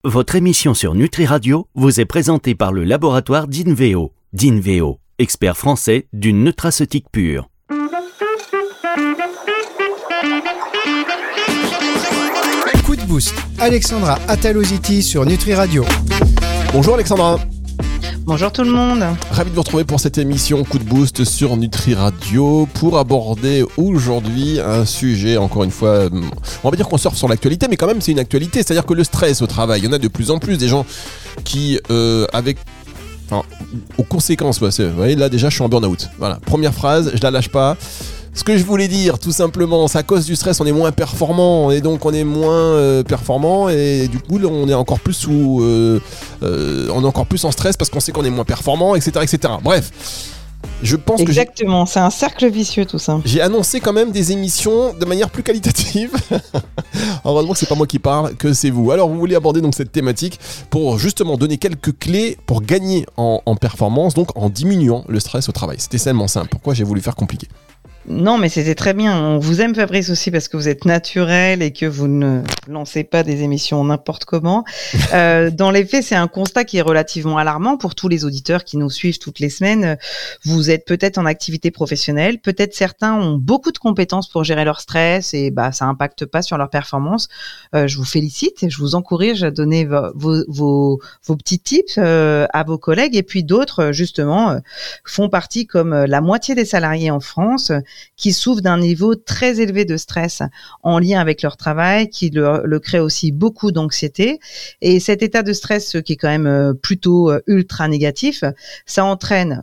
votre émission sur Nutri Radio vous est présentée par le laboratoire d'Inveo. D'Inveo, expert français d'une nutraceutique pure. Coup de boost, Alexandra Ataloziti sur Nutri Radio. Bonjour Alexandra. Bonjour tout le monde. Ravi de vous retrouver pour cette émission Coup de boost sur Nutri Radio pour aborder aujourd'hui un sujet, encore une fois, on va dire qu'on surfe sur l'actualité, mais quand même c'est une actualité, c'est-à-dire que le stress au travail, il y en a de plus en plus des gens qui, aux conséquences, vous voyez là déjà je suis en burn-out. Voilà, première phrase, je la lâche pas. Ce que je voulais dire, tout simplement, c'est à cause du stress, on est moins performant et donc on est moins performant et du coup on est encore plus en stress parce qu'on sait qu'on est moins performant, etc., etc. Bref, je pense exactement, c'est un cercle vicieux tout ça. J'ai annoncé quand même des émissions de manière plus qualitative. Heureusement que c'est pas moi qui parle, que c'est vous. Alors vous voulez aborder donc cette thématique pour justement donner quelques clés pour gagner en performance, donc en diminuant le stress au travail. C'était tellement simple. Pourquoi j'ai voulu faire compliqué ? Non, mais c'était très bien. On vous aime, Fabrice, aussi parce que vous êtes naturel et que vous ne lancez pas des émissions n'importe comment. Dans les faits, c'est un constat qui est relativement alarmant pour tous les auditeurs qui nous suivent toutes les semaines. Vous êtes peut-être en activité professionnelle, peut-être certains ont beaucoup de compétences pour gérer leur stress et ça impacte pas sur leur performance. Je vous félicite et je vous encourage à donner vos petits tips à vos collègues. Et puis d'autres, justement, font partie, comme la moitié des salariés en France, qui souffrent d'un niveau très élevé de stress en lien avec leur travail, qui le crée aussi beaucoup d'anxiété. Et cet état de stress qui est quand même plutôt ultra négatif, ça entraîne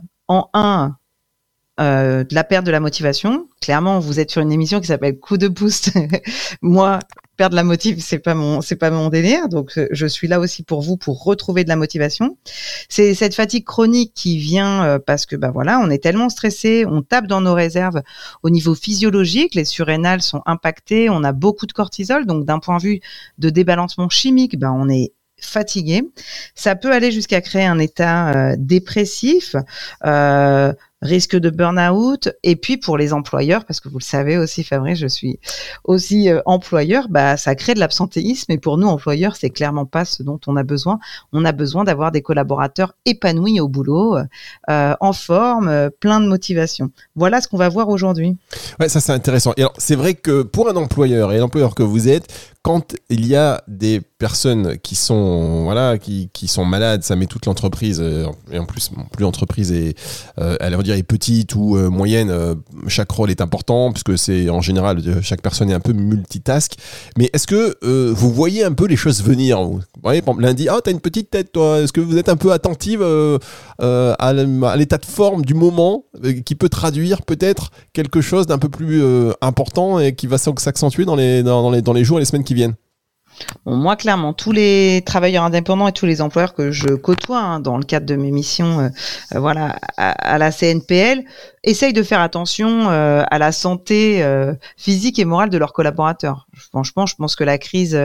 de la perte de la motivation. Clairement, vous êtes sur une émission qui s'appelle Coup de boost. Moi, perdre la motive, c'est pas mon délire. Donc, je suis là aussi pour vous, pour retrouver de la motivation. C'est cette fatigue chronique qui vient parce que, on est tellement stressé, on tape dans nos réserves au niveau physiologique, les surrénales sont impactées, on a beaucoup de cortisol. Donc, d'un point de vue de débalancement chimique, on est fatigué. Ça peut aller jusqu'à créer un état dépressif, risque de burn-out. Et puis pour les employeurs, parce que vous le savez aussi, Fabrice, je suis aussi employeur, ça crée de l'absentéisme. Et pour nous, employeurs, c'est clairement pas ce dont on a besoin. On a besoin d'avoir des collaborateurs épanouis au boulot, en forme, plein de motivation. Voilà ce qu'on va voir aujourd'hui. Ouais, ça c'est intéressant. Et alors, c'est vrai que pour un employeur et l'employeur que vous êtes, quand il y a des personnes qui sont qui sont malades, ça met toute l'entreprise et en plus l'entreprise est petite ou moyenne, chaque rôle est important puisque c'est en général chaque personne est un peu multitask. Mais est-ce que vous voyez un peu les choses venir, vous voyez, par exemple, lundi, t'as une petite tête toi, est-ce que vous êtes un peu attentive à l'état de forme du moment qui peut traduire peut-être quelque chose d'un peu plus important et qui va s'accentuer dans les jours et les semaines qui viennent? Bon, moi, clairement, tous les travailleurs indépendants et tous les employeurs que je côtoie dans le cadre de mes missions à la CNPL essayent de faire attention à la santé physique et morale de leurs collaborateurs. Franchement, je pense que la crise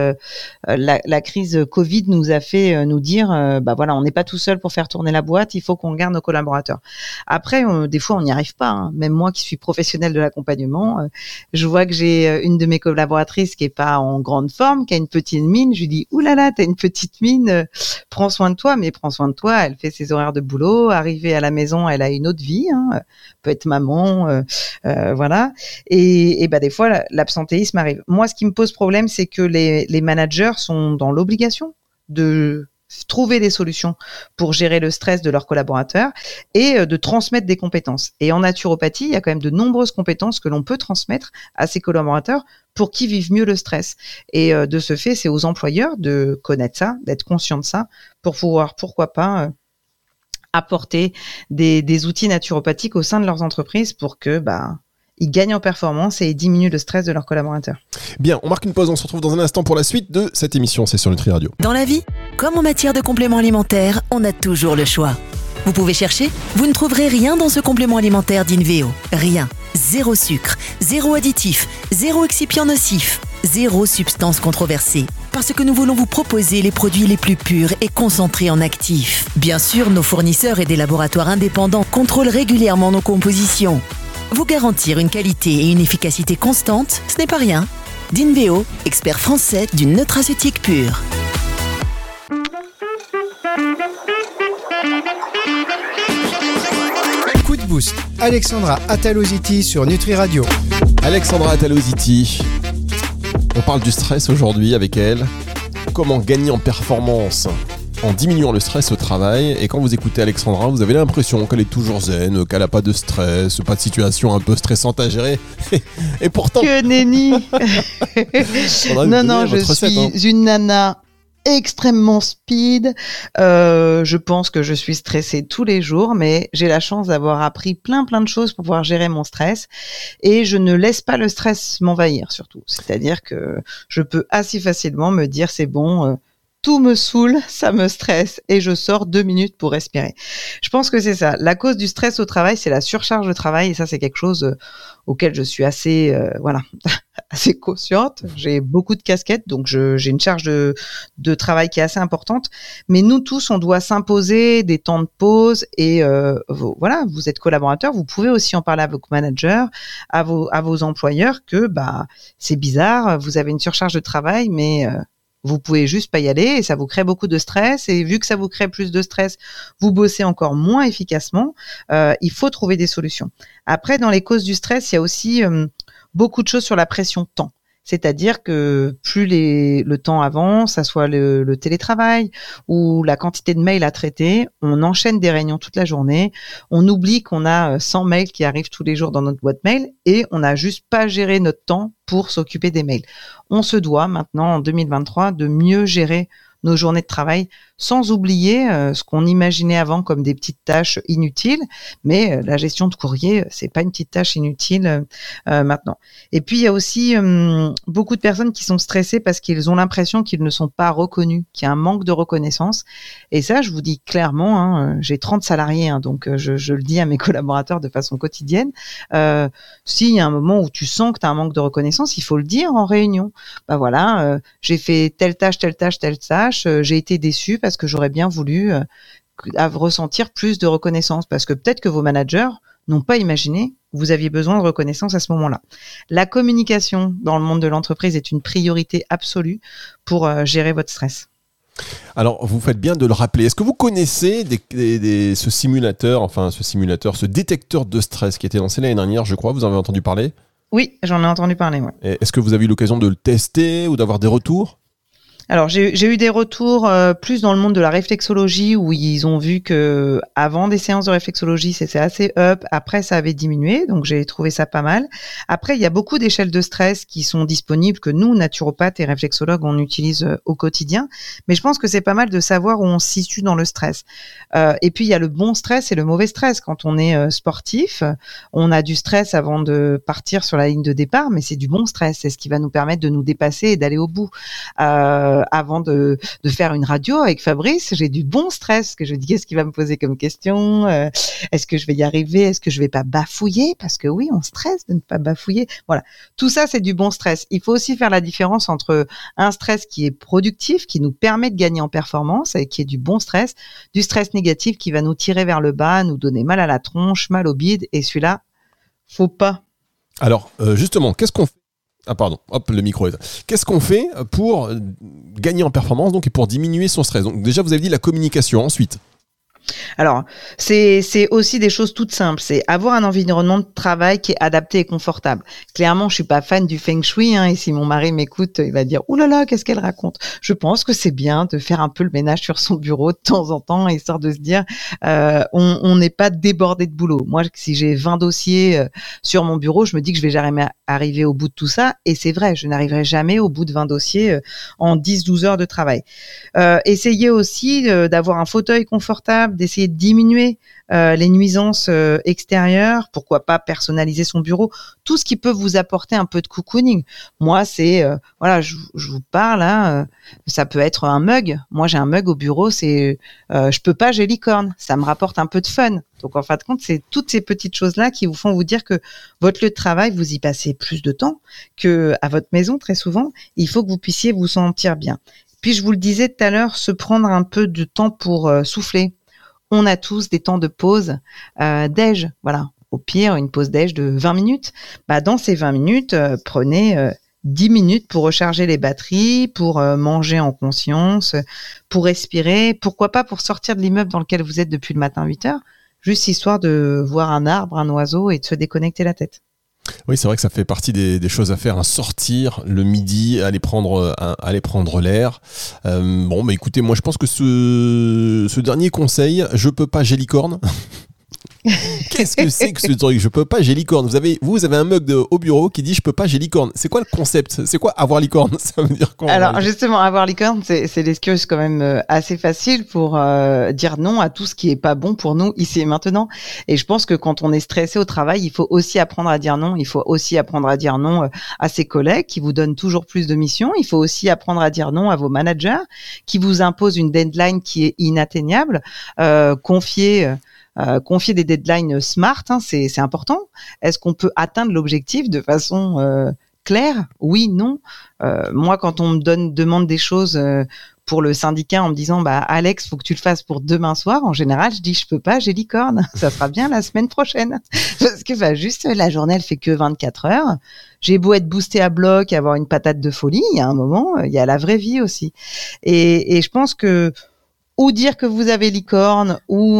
Covid nous a fait nous dire on n'est pas tout seul pour faire tourner la boîte, il faut qu'on garde nos collaborateurs. Après, des fois, on n'y arrive pas. Hein. Même moi qui suis professionnelle de l'accompagnement, je vois que j'ai une de mes collaboratrices qui est pas en grande forme, qui a une petite mine. Je lui dis, oulala, t'as une petite mine, prends soin de toi. Mais prends soin de toi, elle fait ses horaires de boulot, arrivée à la maison, elle a une autre vie, peut être maman, voilà. Et des fois, l'absentéisme arrive. Moi, ce qui me pose problème, c'est que les managers sont dans l'obligation de trouver des solutions pour gérer le stress de leurs collaborateurs et de transmettre des compétences. Et en naturopathie, il y a quand même de nombreuses compétences que l'on peut transmettre à ses collaborateurs pour qu'ils vivent mieux le stress. Et de ce fait, c'est aux employeurs de connaître ça, d'être conscients de ça, pour pouvoir, pourquoi pas, apporter des outils naturopathiques au sein de leurs entreprises pour que ils gagnent en performance et ils diminuent le stress de leurs collaborateurs. Bien, on marque une pause, on se retrouve dans un instant pour la suite de cette émission, c'est sur Nutri Radio. Dans la vie, comme en matière de compléments alimentaires, on a toujours le choix. Vous pouvez chercher, vous ne trouverez rien dans ce complément alimentaire d'Inveo. Rien. Zéro sucre, zéro additif, zéro excipient nocif, zéro substance controversée. Parce que nous voulons vous proposer les produits les plus purs et concentrés en actifs. Bien sûr, nos fournisseurs et des laboratoires indépendants contrôlent régulièrement nos compositions. Vous garantir une qualité et une efficacité constante, ce n'est pas rien. D'Inveo, expert français d'une nutraceutique pure. Alexandra Ataloziti sur Nutri Radio. Alexandra Ataloziti, on parle du stress aujourd'hui avec elle. Comment gagner en performance en diminuant le stress au travail. Et quand vous écoutez Alexandra, vous avez l'impression qu'elle est toujours zen, qu'elle n'a pas de stress, pas de situation un peu stressante à gérer. Et pourtant... Que nenni. Non, je suis une nana extrêmement speed. Je pense que je suis stressée tous les jours, mais j'ai la chance d'avoir appris plein de choses pour pouvoir gérer mon stress. Et je ne laisse pas le stress m'envahir, surtout. C'est-à-dire que je peux assez facilement me dire, c'est bon... tout me saoule, ça me stresse et je sors 2 minutes pour respirer. Je pense que c'est ça. La cause du stress au travail, c'est la surcharge de travail et ça, c'est quelque chose auquel je suis assez, assez consciente. J'ai beaucoup de casquettes, donc j'ai une charge de travail qui est assez importante. Mais nous tous, on doit s'imposer des temps de pause et vous êtes collaborateur, vous pouvez aussi en parler à vos managers, à vos employeurs que c'est bizarre, vous avez une surcharge de travail, mais vous pouvez juste pas y aller et ça vous crée beaucoup de stress. Et vu que ça vous crée plus de stress, vous bossez encore moins efficacement. Il faut trouver des solutions. Après, dans les causes du stress, il y a aussi beaucoup de choses sur la pression temps. C'est-à-dire que plus le temps avance, ça soit le télétravail ou la quantité de mails à traiter, on enchaîne des réunions toute la journée, on oublie qu'on a 100 mails qui arrivent tous les jours dans notre boîte mail et on n'a juste pas géré notre temps pour s'occuper des mails. On se doit maintenant, en 2023, de mieux gérer nos journées de travail, sans oublier ce qu'on imaginait avant comme des petites tâches inutiles, mais la gestion de courrier, c'est pas une petite tâche inutile maintenant. Et puis il y a aussi beaucoup de personnes qui sont stressées parce qu'ils ont l'impression qu'ils ne sont pas reconnus, qu'il y a un manque de reconnaissance. Et ça, je vous dis clairement, j'ai 30 salariés, donc je le dis à mes collaborateurs de façon quotidienne. S'il y a un moment où tu sens que tu as un manque de reconnaissance, il faut le dire en réunion. J'ai fait telle tâche, j'ai été déçue parce que j'aurais bien voulu ressentir plus de reconnaissance parce que peut-être que vos managers n'ont pas imaginé que vous aviez besoin de reconnaissance à ce moment-là. La communication dans le monde de l'entreprise est une priorité absolue pour gérer votre stress. Alors, vous faites bien de le rappeler. Est-ce que vous connaissez ce détecteur de stress qui a été lancé l'année dernière, je crois, vous en avez entendu parler ? Oui, j'en ai entendu parler, ouais. Est-ce que vous avez eu l'occasion de le tester ou d'avoir des retours ? Alors, j'ai eu des retours plus dans le monde de la réflexologie où ils ont vu que avant des séances de réflexologie, c'était assez up. Après, ça avait diminué, donc j'ai trouvé ça pas mal. Après, il y a beaucoup d'échelles de stress qui sont disponibles que nous, naturopathes et réflexologues, on utilise au quotidien. Mais je pense que c'est pas mal de savoir où on se situe dans le stress. Et puis, il y a le bon stress et le mauvais stress. Quand on est sportif, on a du stress avant de partir sur la ligne de départ, mais c'est du bon stress. C'est ce qui va nous permettre de nous dépasser et d'aller au bout. Avant de faire une radio avec Fabrice, j'ai du bon stress parce que je me dis qu'est-ce qu'il va me poser comme question, est-ce que je vais y arriver, est-ce que je vais pas bafouiller, parce que oui, on stresse de ne pas bafouiller. Voilà, tout ça c'est du bon stress. Il faut aussi faire la différence entre un stress qui est productif, qui nous permet de gagner en performance et qui est du bon stress, du stress négatif qui va nous tirer vers le bas, nous donner mal à la tronche, mal au bide, et celui-là, faut pas. Alors justement, qu'est-ce qu'on fait ? Ah pardon, hop, le micro est là. Qu'est-ce qu'on fait pour gagner en performance donc, et pour diminuer son stress ? Donc déjà, vous avez dit la communication, ensuite. Alors, c'est aussi des choses toutes simples. C'est avoir un environnement de travail qui est adapté et confortable. Clairement, je suis pas fan du feng shui, et si mon mari m'écoute, il va dire « Ouh là là, qu'est-ce qu'elle raconte ?» Je pense que c'est bien de faire un peu le ménage sur son bureau de temps en temps, histoire de se dire on n'est pas débordé de boulot. Moi, si j'ai 20 dossiers sur mon bureau, je me dis que je vais jamais arriver au bout de tout ça. Et c'est vrai, je n'arriverai jamais au bout de 20 dossiers en 10-12 heures de travail. Essayez aussi d'avoir un fauteuil confortable, d'essayer de diminuer les nuisances extérieures, pourquoi pas personnaliser son bureau, tout ce qui peut vous apporter un peu de cocooning. Moi, c'est, je vous parle, ça peut être un mug. Moi, j'ai un mug au bureau, c'est, je peux pas, j'ai licorne. Ça me rapporte un peu de fun. Donc, en fin de compte, c'est toutes ces petites choses-là qui vous font vous dire que votre lieu de travail, vous y passez plus de temps que à votre maison, très souvent. Il faut que vous puissiez vous sentir bien. Puis, je vous le disais tout à l'heure, se prendre un peu de temps pour souffler. On a tous des temps de pause déj, voilà. Au pire, une pause déj de 20 minutes. Dans ces 20 minutes, prenez 10 minutes pour recharger les batteries, pour manger en conscience, pour respirer. Pourquoi pas pour sortir de l'immeuble dans lequel vous êtes depuis le matin 8 heures, juste histoire de voir un arbre, un oiseau et de se déconnecter la tête. Oui, c'est vrai que ça fait partie des choses à faire, hein. Sortir le midi, aller prendre l'air. Bah écoutez, moi je pense que ce dernier conseil, je peux pas, j'ai licorne. Qu'est-ce que c'est que ce truc? Je peux pas, j'ai licorne. Vous avez un mug au bureau qui dit je peux pas, j'ai licorne. C'est quoi le concept? C'est quoi avoir licorne? Ça veut dire quoi? Alors justement, avoir licorne, c'est l'excuse quand même assez facile pour dire non à tout ce qui est pas bon pour nous ici et maintenant. Et je pense que quand on est stressé au travail, il faut aussi apprendre à dire non. Il faut aussi apprendre à dire non à ses collègues qui vous donnent toujours plus de missions. Il faut aussi apprendre à dire non à vos managers qui vous imposent une deadline qui est inatteignable. Confier des deadlines smart, hein, c'est important. Est-ce qu'on peut atteindre l'objectif de façon claire? Oui, non. Moi, quand on me demande des choses pour le syndicat en me disant Alex, faut que tu le fasses pour demain soir, en général, je dis je peux pas, j'ai licorne. Ça sera bien la semaine prochaine. Parce que juste la journée, elle fait que 24 heures. J'ai beau être boosté à bloc, avoir une patate de folie, il y a un moment, il y a la vraie vie aussi. Et je pense que ou dire que vous avez licorne, ou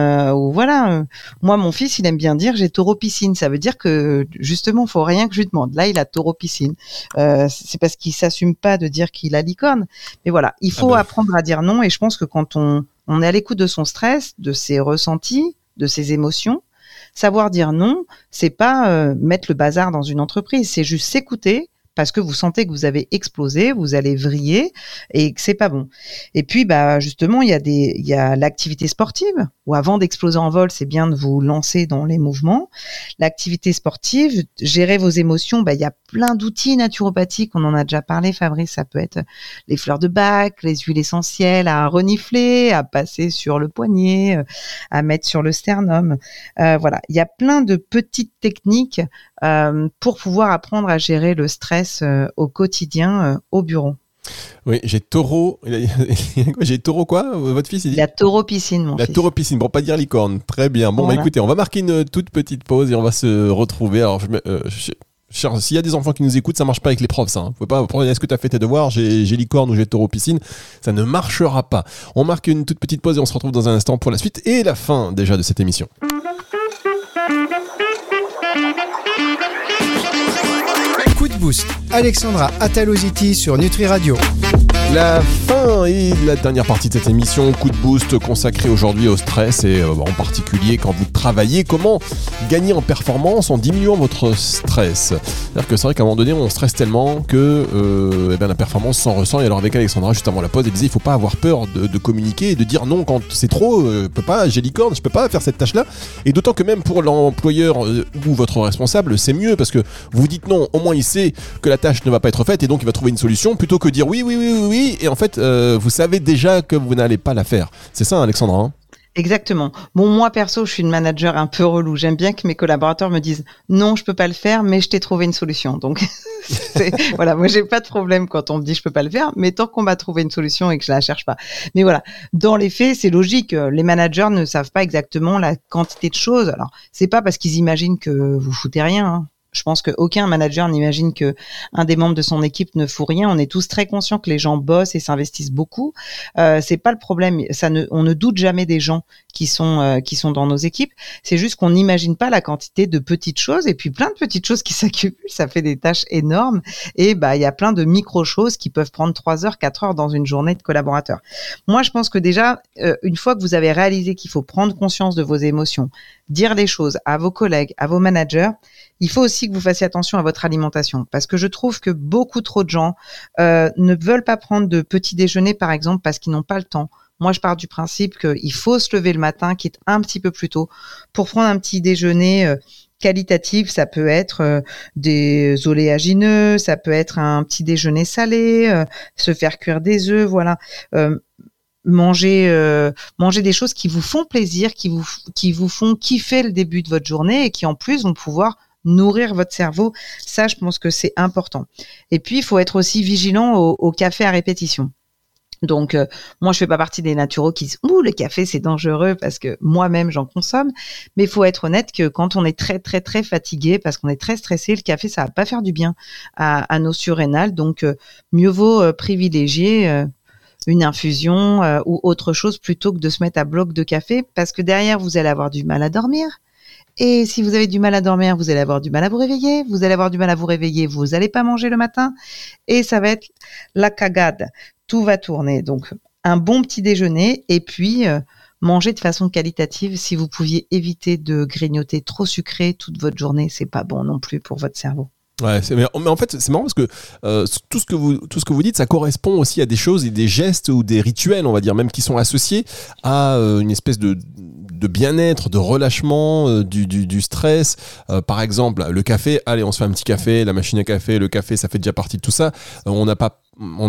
voilà. Moi, mon fils, il aime bien dire j'ai taureau piscine. Ça veut dire que justement, faut rien que je lui demande. Là, il a taureau piscine. C'est parce qu'il s'assume pas de dire qu'il a licorne. Mais voilà, il faut apprendre à dire non. Et je pense que quand on est à l'écoute de son stress, de ses ressentis, de ses émotions, savoir dire non, c'est pas mettre le bazar dans une entreprise. C'est juste s'écouter. Parce que vous sentez que vous avez explosé, vous allez vriller et que c'est pas bon. Et puis, justement, il y a l'activité sportive où avant d'exploser en vol, c'est bien de vous lancer dans les mouvements. L'activité sportive, gérer vos émotions, il y a plein d'outils naturopathiques. On en a déjà parlé, Fabrice. Ça peut être les fleurs de Bach, les huiles essentielles à renifler, à passer sur le poignet, à mettre sur le sternum. Voilà. Il y a plein de petites techniques pour pouvoir apprendre à gérer le stress au quotidien au bureau. Oui, j'ai taureau. J'ai taureau quoi? Votre fils il dit? La taureau piscine, mon fils. La taureau piscine, pour pas dire licorne. Très bien. Bon, voilà. Écoutez, on va marquer une toute petite pause et on va se retrouver. Alors, s'il y a des enfants qui nous écoutent, ça marche pas avec les profs, ça. Hein. Faut pas prendre, est-ce que tu as fait tes devoirs? J'ai licorne ou j'ai taureau piscine. Ça ne marchera pas. On marque une toute petite pause et on se retrouve dans un instant pour la suite et la fin déjà de cette émission. Coup de boost, Alexandra Ataloziti sur Nutri Radio. La fin et la dernière partie de cette émission, coup de boost consacré aujourd'hui au stress et en particulier quand vous travaillez, comment gagner en performance en diminuant votre stress. C'est-à-dire que c'est vrai qu'à un moment donné, on stresse tellement que la performance s'en ressent. Et alors avec Alexandra, juste avant la pause, elle disait il faut pas avoir peur de communiquer et de dire non quand c'est trop, peux pas, j'ai licorne, je peux pas faire cette tâche-là. Et d'autant que même pour l'employeur ou votre responsable, c'est mieux parce que vous dites non, au moins il sait que la tâche ne va pas être faite et donc il va trouver une solution plutôt que dire oui, et en fait vous savez déjà que vous n'allez pas la faire. C'est ça, Alexandra, hein? Exactement. Bon, moi perso, je suis une manager un peu relou. J'aime bien que mes collaborateurs me disent non, je peux pas le faire, mais je t'ai trouvé une solution. Donc voilà, moi j'ai pas de problème quand on me dit je peux pas le faire, mais tant qu'on m'a trouvé une solution et que je la cherche pas. Mais voilà, dans les faits, c'est logique. Les managers ne savent pas exactement la quantité de choses. Alors, c'est pas parce qu'ils imaginent que vous foutez rien, hein. Je pense qu'aucun manager n'imagine que un des membres de son équipe ne fout rien. On est tous très conscients que les gens bossent et s'investissent beaucoup. C'est pas le problème. On ne doute jamais des gens qui sont dans nos équipes. C'est juste qu'on n'imagine pas la quantité de petites choses et puis plein de petites choses qui s'accumulent. Ça fait des tâches énormes et il y a plein de micro choses qui peuvent prendre 3 heures, 4 heures dans une journée de collaborateurs. Moi, je pense que déjà, une fois que vous avez réalisé qu'il faut prendre conscience de vos émotions, dire les choses à vos collègues, à vos managers, il faut aussi que vous fassiez attention à votre alimentation parce que je trouve que beaucoup trop de gens ne veulent pas prendre de petit déjeuner, par exemple, parce qu'ils n'ont pas le temps. Moi, je pars du principe qu'il faut se lever le matin, quitte un petit peu plus tôt, pour prendre un petit déjeuner qualitatif. Ça peut être des oléagineux, ça peut être un petit déjeuner salé, se faire cuire des œufs, voilà. Manger des choses qui vous font plaisir, qui vous font kiffer le début de votre journée et qui en plus vont pouvoir nourrir votre cerveau. Ça, je pense que c'est important. Et puis, il faut être aussi vigilant au café à répétition. Donc, moi, je fais pas partie des naturaux qui disent « Ouh, le café, c'est dangereux » parce que moi-même, j'en consomme. Mais il faut être honnête que quand on est très, très, très fatigué, parce qu'on est très stressé, le café, ça va pas faire du bien à nos surrénales. Donc, mieux vaut privilégier une infusion ou autre chose plutôt que de se mettre à bloc de café, parce que derrière, vous allez avoir du mal à dormir. Et si vous avez du mal à dormir, vous allez avoir du mal à vous réveiller. Vous allez avoir du mal à vous réveiller, vous n'allez pas manger le matin. Et ça va être la cagade. Tout va tourner. Donc, un bon petit déjeuner et puis manger de façon qualitative. Si vous pouviez éviter de grignoter trop sucré toute votre journée, c'est pas bon non plus pour votre cerveau. Ouais, mais en fait, c'est marrant parce que tout ce que vous dites, ça correspond aussi à des choses et des gestes ou des rituels, on va dire, même qui sont associés à une espèce de bien-être, de relâchement du stress. Par exemple, le café, allez, on se fait un petit café, la machine à café, le café, ça fait déjà partie de tout ça. On n'a pas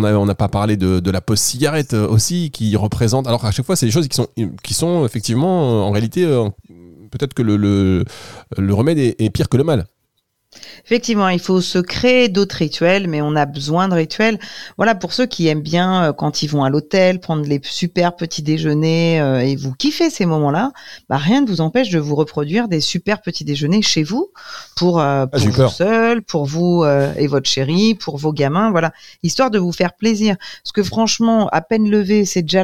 parlé de la pause cigarette aussi, qui représente. Alors à chaque fois, c'est des choses qui sont effectivement, en réalité, peut-être que le remède est pire que le mal. Effectivement, il faut se créer d'autres rituels, mais on a besoin de rituels. Voilà, pour ceux qui aiment bien, quand ils vont à l'hôtel, prendre les super petits déjeuners et vous kiffez ces moments-là, bah, rien ne vous empêche de vous reproduire des super petits déjeuners chez vous, pour vous seul, pour vous et votre chérie, pour vos gamins, voilà, histoire de vous faire plaisir. Parce que franchement, à peine levé, c'est déjà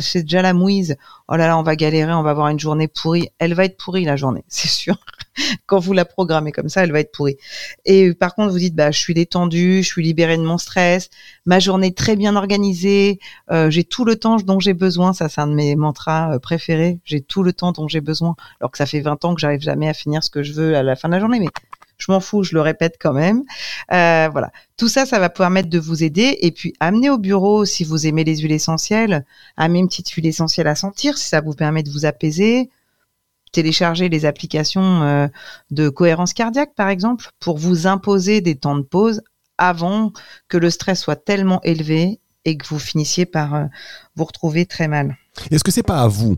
la mouise. Oh là là, on va galérer, on va avoir une journée pourrie. Elle va être pourrie la journée, c'est sûr. Quand vous la programmez comme ça, elle va être pourrie. Et par contre, vous dites, bah, je suis détendue, je suis libérée de mon stress, ma journée est très bien organisée, j'ai tout le temps dont j'ai besoin. Ça, c'est un de mes mantras préférés. J'ai tout le temps dont j'ai besoin. Alors que ça fait 20 ans que j'arrive jamais à finir ce que je veux à la fin de la journée, mais je m'en fous, je le répète quand même. Voilà. Tout ça, ça va permettre de vous aider. Et puis, amener au bureau, si vous aimez les huiles essentielles, amener une petite huile essentielle à sentir, si ça vous permet de vous apaiser. Télécharger les applications de cohérence cardiaque, par exemple, pour vous imposer des temps de pause avant que le stress soit tellement élevé et que vous finissiez par vous retrouver très mal. Est-ce que c'est pas à vous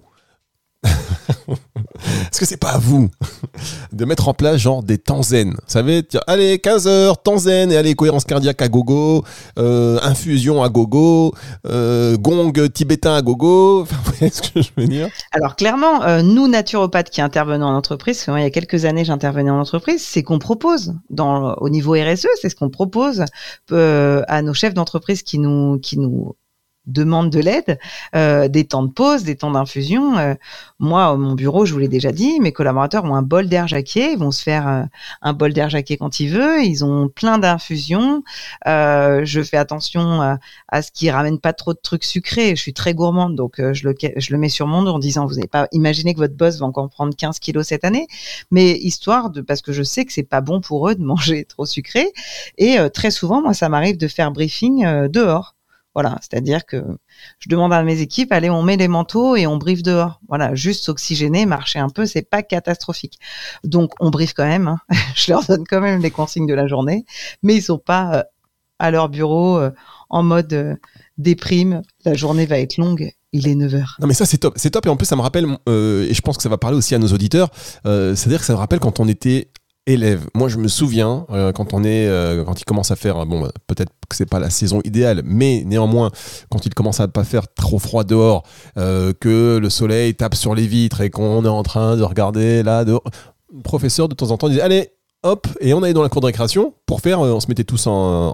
Est-ce que c'est pas à vous de mettre en place genre des temps zen? Vous savez, allez, 15 heures, temps zen, et allez, cohérence cardiaque à gogo, infusion à gogo, gong tibétain à gogo. Vous voyez ce que je veux dire? Alors clairement, nous naturopathes qui intervenons en entreprise, parce que moi, il y a quelques années j'intervenais en entreprise, c'est qu'on propose au niveau RSE, c'est ce qu'on propose à nos chefs d'entreprise qui nous demande de l'aide, des temps de pause, des temps d'infusion. Moi, à mon bureau, je vous l'ai déjà dit, mes collaborateurs ont un bol d'air jaqué, ils vont se faire un bol d'air jaqué quand ils veulent, ils ont plein d'infusions. Je fais attention à ce qu'ils ramènent pas trop de trucs sucrés. Je suis très gourmande, donc je le mets sur mon dos en disant, vous n'avez pas imaginé que votre boss va encore prendre 15 kilos cette année, mais parce que je sais que c'est pas bon pour eux de manger trop sucré. Et très souvent, moi, ça m'arrive de faire briefing dehors. Voilà, c'est-à-dire que je demande à mes équipes, allez, on met les manteaux et on briefe dehors. Voilà, juste s'oxygéner, marcher un peu, c'est pas catastrophique. Donc, on briefe quand même, hein. Je leur donne quand même les consignes de la journée, mais ils sont pas à leur bureau en mode déprime, la journée va être longue. Il est 9h. Non mais ça c'est top, et en plus ça me rappelle, et je pense que ça va parler aussi à nos auditeurs, c'est-à-dire que ça me rappelle quand on était élève. Moi, je me souviens quand il commence à faire, bon, peut-être que c'est pas la saison idéale, mais néanmoins, quand il commence à pas faire trop froid dehors, que le soleil tape sur les vitres et qu'on est en train de regarder là dehors, le professeur de temps en temps disait allez. Hop, et on allait dans la cour de récréation pour faire, on se mettait tous en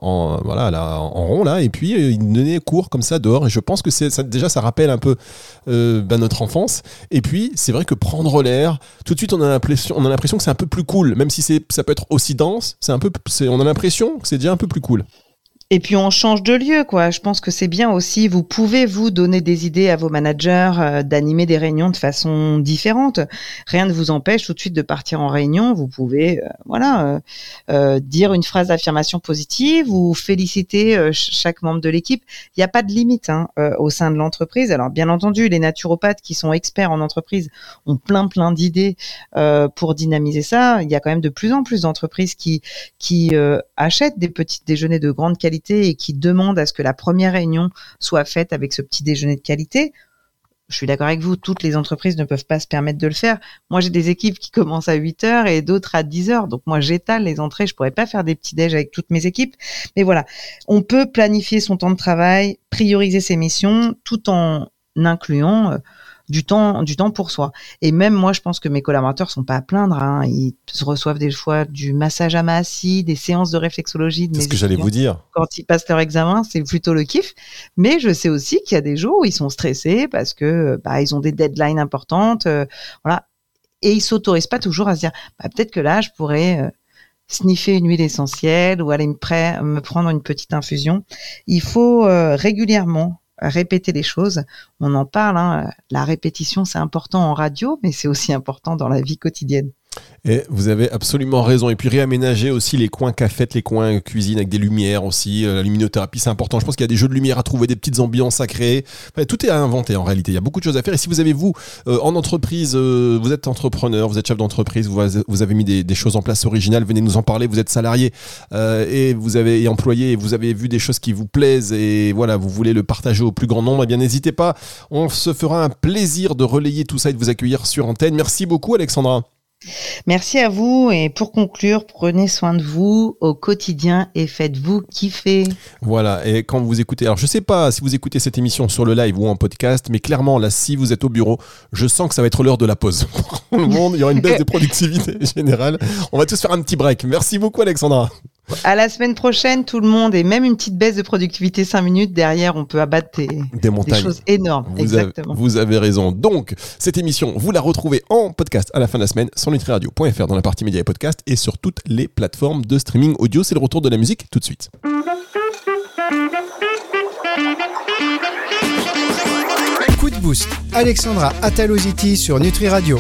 rond là, et puis il donnait cours comme ça dehors, et je pense que ça rappelle un peu notre enfance. Et puis c'est vrai que prendre l'air, tout de suite on a l'impression que c'est un peu plus cool, même si ça peut être aussi dense, on a l'impression que c'est déjà un peu plus cool. Et puis on change de lieu, quoi. Je pense que c'est bien aussi. Vous pouvez vous donner des idées à vos managers, d'animer des réunions de façon différente. Rien ne vous empêche tout de suite de partir en réunion. Vous pouvez, dire une phrase d'affirmation positive ou féliciter chaque membre de l'équipe. Il n'y a pas de limite au sein de l'entreprise. Alors bien entendu, les naturopathes qui sont experts en entreprise ont plein d'idées pour dynamiser ça. Il y a quand même de plus en plus d'entreprises qui achètent des petits déjeuners de grande qualité et qui demandent à ce que la première réunion soit faite avec ce petit déjeuner de qualité. Je suis d'accord avec vous, toutes les entreprises ne peuvent pas se permettre de le faire. Moi, j'ai des équipes qui commencent à 8h et d'autres à 10h. Donc, moi, j'étale les entrées. Je pourrais pas faire des petits déj avec toutes mes équipes. Mais voilà, on peut planifier son temps de travail, prioriser ses missions, tout en incluant du temps pour soi. Et même moi, je pense que mes collaborateurs sont pas à plaindre. Hein. Ils reçoivent des fois du massage à main assis, des séances de réflexologie. C'est ce que j'allais vous dire. Quand ils passent leur examen, c'est plutôt le kiff. Mais je sais aussi qu'il y a des jours où ils sont stressés parce que ils ont des deadlines importantes. Voilà. Et ils s'autorisent pas toujours à se dire peut-être que là, je pourrais sniffer une huile essentielle ou aller me prendre une petite infusion. Il faut régulièrement répéter les choses. On en parle, hein. La répétition, c'est important en radio, mais c'est aussi important dans la vie quotidienne. Et vous avez absolument raison. Et puis réaménager aussi les coins cafettes, les coins cuisine avec des lumières aussi. La luminothérapie, c'est important. Je pense qu'il y a des jeux de lumière à trouver, des petites ambiances à créer. Enfin, tout est à inventer en réalité. Il y a beaucoup de choses à faire. Et si vous avez, en entreprise, vous êtes entrepreneur, vous êtes chef d'entreprise, vous avez mis des choses en place originales, venez nous en parler. Vous êtes salarié et vous avez employé et vous avez vu des choses qui vous plaisent et voilà, vous voulez le partager au plus grand nombre. Eh bien, n'hésitez pas. On se fera un plaisir de relayer tout ça et de vous accueillir sur antenne. Merci beaucoup, Alexandra. Merci à vous et pour conclure, prenez soin de vous au quotidien et faites-vous kiffer. Voilà, et quand vous écoutez, alors je sais pas si vous écoutez cette émission sur le live ou en podcast, mais clairement là, si vous êtes au bureau, je sens que ça va être l'heure de la pause. Pour tout le monde, il y aura une baisse de productivité générale. On va tous faire un petit break. Merci beaucoup, Alexandra. À la semaine prochaine, tout le monde, et même une petite baisse de productivité 5 minutes, derrière, on peut abattre des montagnes. Des choses énormes. Exactement. Vous avez raison. Donc, cette émission, vous la retrouvez en podcast à la fin de la semaine sur nutriradio.fr dans la partie médias et podcasts et sur toutes les plateformes de streaming audio. C'est le retour de la musique tout de suite. Coup de boost. Alexandra Ataloziti sur Nutri Radio.